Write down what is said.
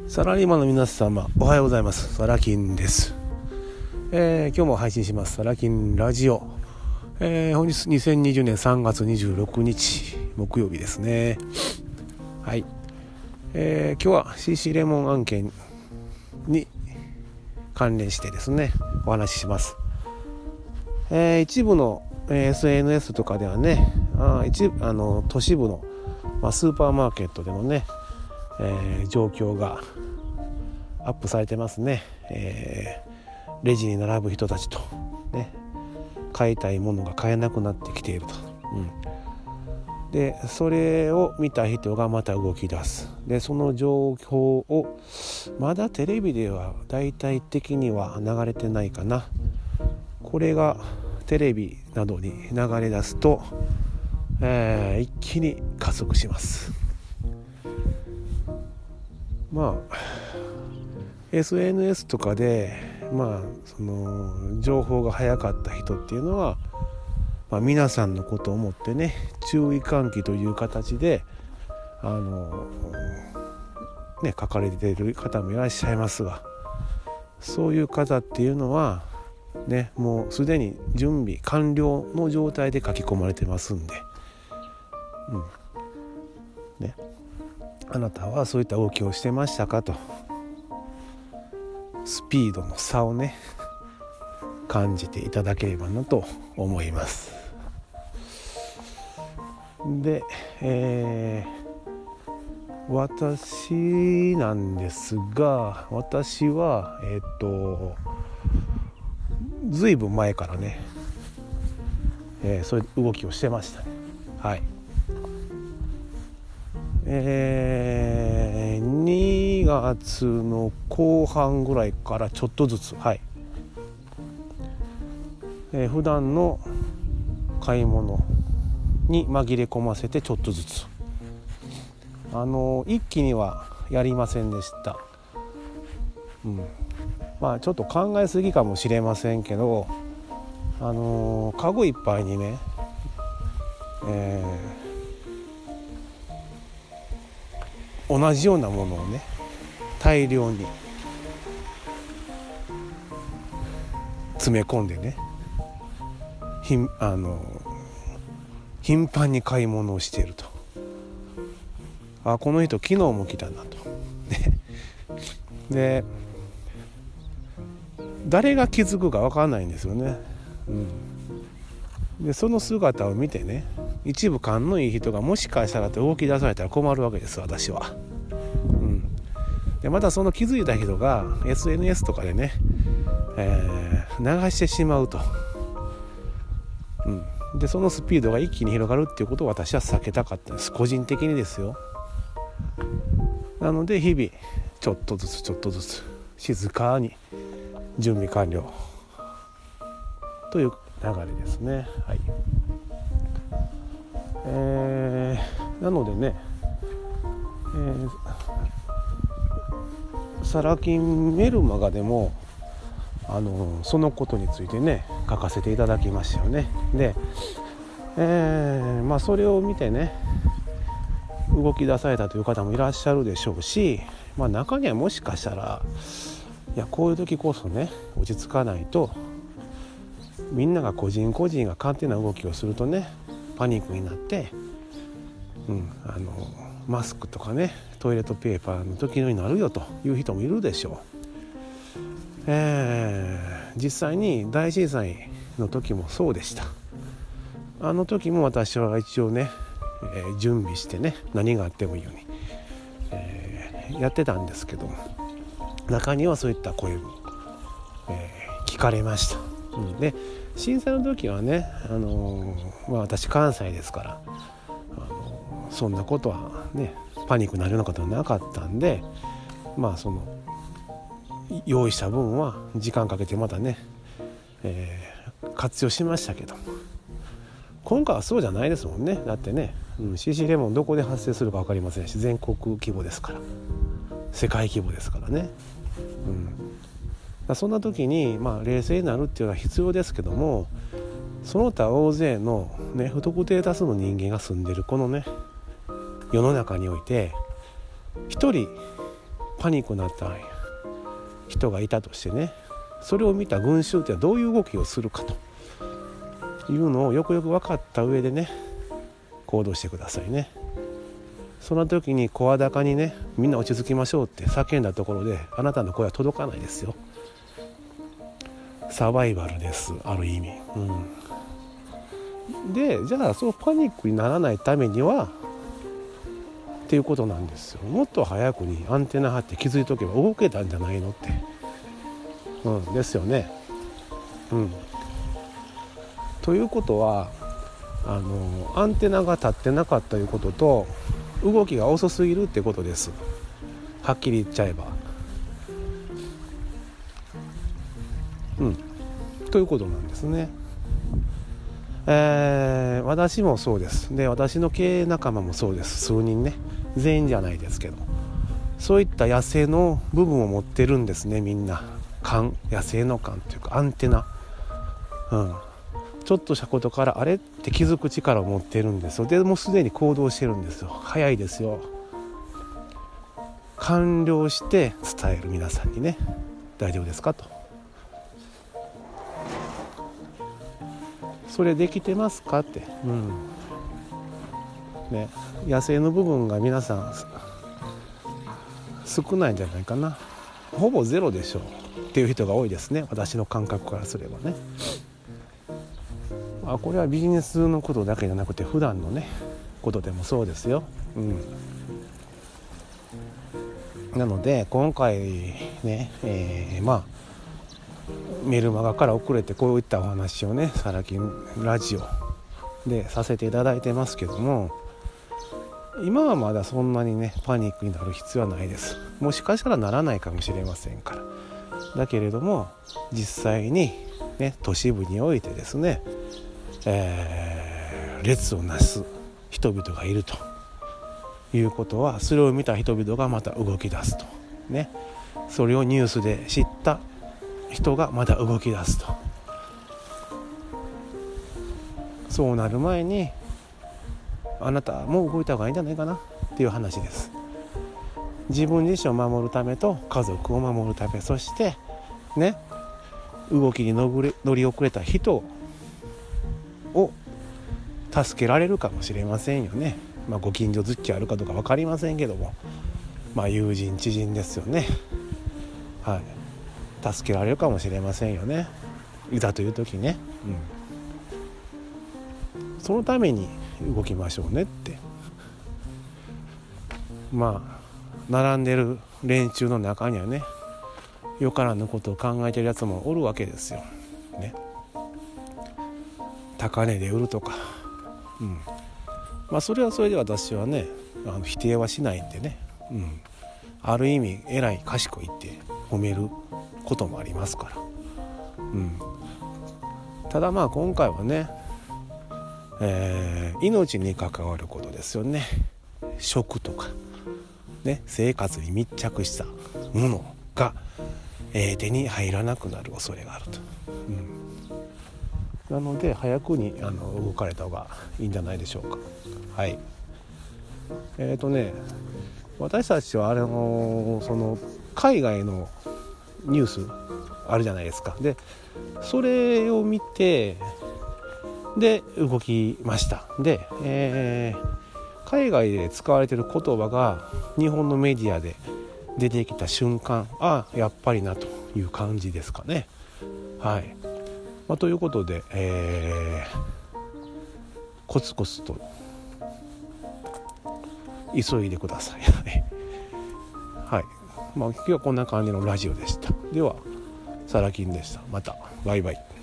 サラリーマンの皆様おはようございます。サラキンです。今日も配信しますサラキンラジオ。本日2020年3月26日木曜日ですね。はい、今日は CC レモン案件に関連してですねお話しします。一部の、SNS とかではね都市部の、スーパーマーケットでのね、状況がアップされてますね。レジに並ぶ人たちとね、買いたいものが買えなくなってきていると、でそれを見た人がまた動き出す。でその情報をまだテレビでは大体的には流れてないかな。これがテレビなどに流れ出すと、一気に加速します。SNS とかでその情報が早かった人っていうのは、皆さんのことを思ってね、注意喚起という形で書かれている方もいらっしゃいますが、そういう方っていうのはね、もうすでに準備完了の状態で書き込まれてますんで、あなたはそういった動きをしてましたかと、スピードの差をね感じていただければなと思います。で、私なんですが、私はずいぶん前からね、そういう動きをしてましたね。はい。2月の後半ぐらいからちょっとずつ、普段の買い物に紛れ込ませてちょっとずつ、一気にはやりませんでした。ちょっと考えすぎかもしれませんけど、カゴいっぱいにね、同じようなものをね大量に詰め込んでね、頻繁に買い物をしていると。この人昨日も来たなとで誰が気づくか分からないんですよね。でその姿を見てね、一部勘のいい人がもしかしたらと動き出されたら困るわけです、私は。でまたその気づいた人が SNS とかでね、流してしまうと、でそのスピードが一気に広がるっていうことを私は避けたかったんです、個人的にですよ。なので日々ちょっとずつ静かに準備完了という流れですね。なのでね、サラキンメルマガでもそのことについてね書かせていただきましたよね。で、それを見てね動き出されたという方もいらっしゃるでしょうし、中にはもしかしたらこういう時こそね落ち着かないと、みんなが個人個人が勝手な動きをするとねパニックになって、マスクとかねトイレットペーパーの時のになるよという人もいるでしょう。実際に大震災の時もそうでした。あの時も私は一応ね、準備してね何があってもいいように、やってたんですけど、中にはそういった声も、聞かれました。で震災の時はね、私関西ですから、そんなことはねパニックになるようなことはなかったんで、その用意した分は時間かけてまたね、活用しましたけど、今回はそうじゃないですもんね。だってね、CC レモンどこで発生するか分かりませんし、全国規模ですから、世界規模ですからね。そんな時に、冷静になるっていうのは必要ですけども、その他大勢の、不特定多数の人間が住んでるこのね世の中において、一人パニックになった人がいたとしてね、それを見た群衆ってどういう動きをするかというのをよくよく分かった上でね行動してくださいね。その時に声高にね、みんな落ち着きましょうって叫んだところであなたの声は届かないですよ。サバイバルです、ある意味。で、じゃあそのパニックにならないためにはっていうことなんですよ。もっと早くにアンテナ張って気づいとけば動けたんじゃないのって、ですよね。ということはアンテナが立ってなかったということと動きが遅すぎるってことです。はっきり言っちゃえば。ということなんですね。私もそうです。で、私の経営仲間もそうです。数人ね、全員じゃないですけど、そういった野生の部分を持ってるんですね。みんな野生の感というかアンテナ、ちょっとしたことからあれって気づく力を持ってるんですよ。でもうすでに行動してるんですよ。早いですよ。完了して伝える、皆さんにね、大丈夫ですかと、それできてますかって、野生の部分が皆さん少ないんじゃないかな。ほぼゼロでしょうっていう人が多いですね、私の感覚からすればね。これはビジネスのことだけじゃなくて普段のねことでもそうですよ。なので今回ね、メルマガから遅れてこういったお話をね、サラ金ラジオでさせていただいてますけども、今はまだそんなにねパニックになる必要はないです。もしかしたらならないかもしれませんから。だけれども実際にね、都市部においてですね、列をなす人々がいるということは、それを見た人々がまた動き出すとね、それをニュースで知った人がまた動き出すと、そうなる前にあなたも動いた方がいいんじゃないかなっていう話です。自分自身を守るためと家族を守るため、そしてね、動きに乗り遅れた人を助けられるかもしれませんよね。ご近所付きあるかどうか分かりませんけども、友人知人ですよね。助けられるかもしれませんよね、いざという時ね。そのために動きましょうねって。並んでる連中の中にはね、よからぬことを考えてるやつもおるわけですよね。高値で売るとか、それはそれで私はね否定はしないんでね、ある意味偉い賢いって褒めることもありますから、ただ今回はね、命に関わることですよね。食とかね、生活に密着したものが、手に入らなくなる恐れがあると、なので早くに動かれた方がいいんじゃないでしょうか。私たちはその海外のニュースあるじゃないですか。でそれを見てで動きました。で、海外で使われている言葉が日本のメディアで出てきた瞬間、やっぱりなという感じですかね。ということで、コツコツと急いでください。今日はこんな感じのラジオでした。ではサラ金でした。またバイバイ。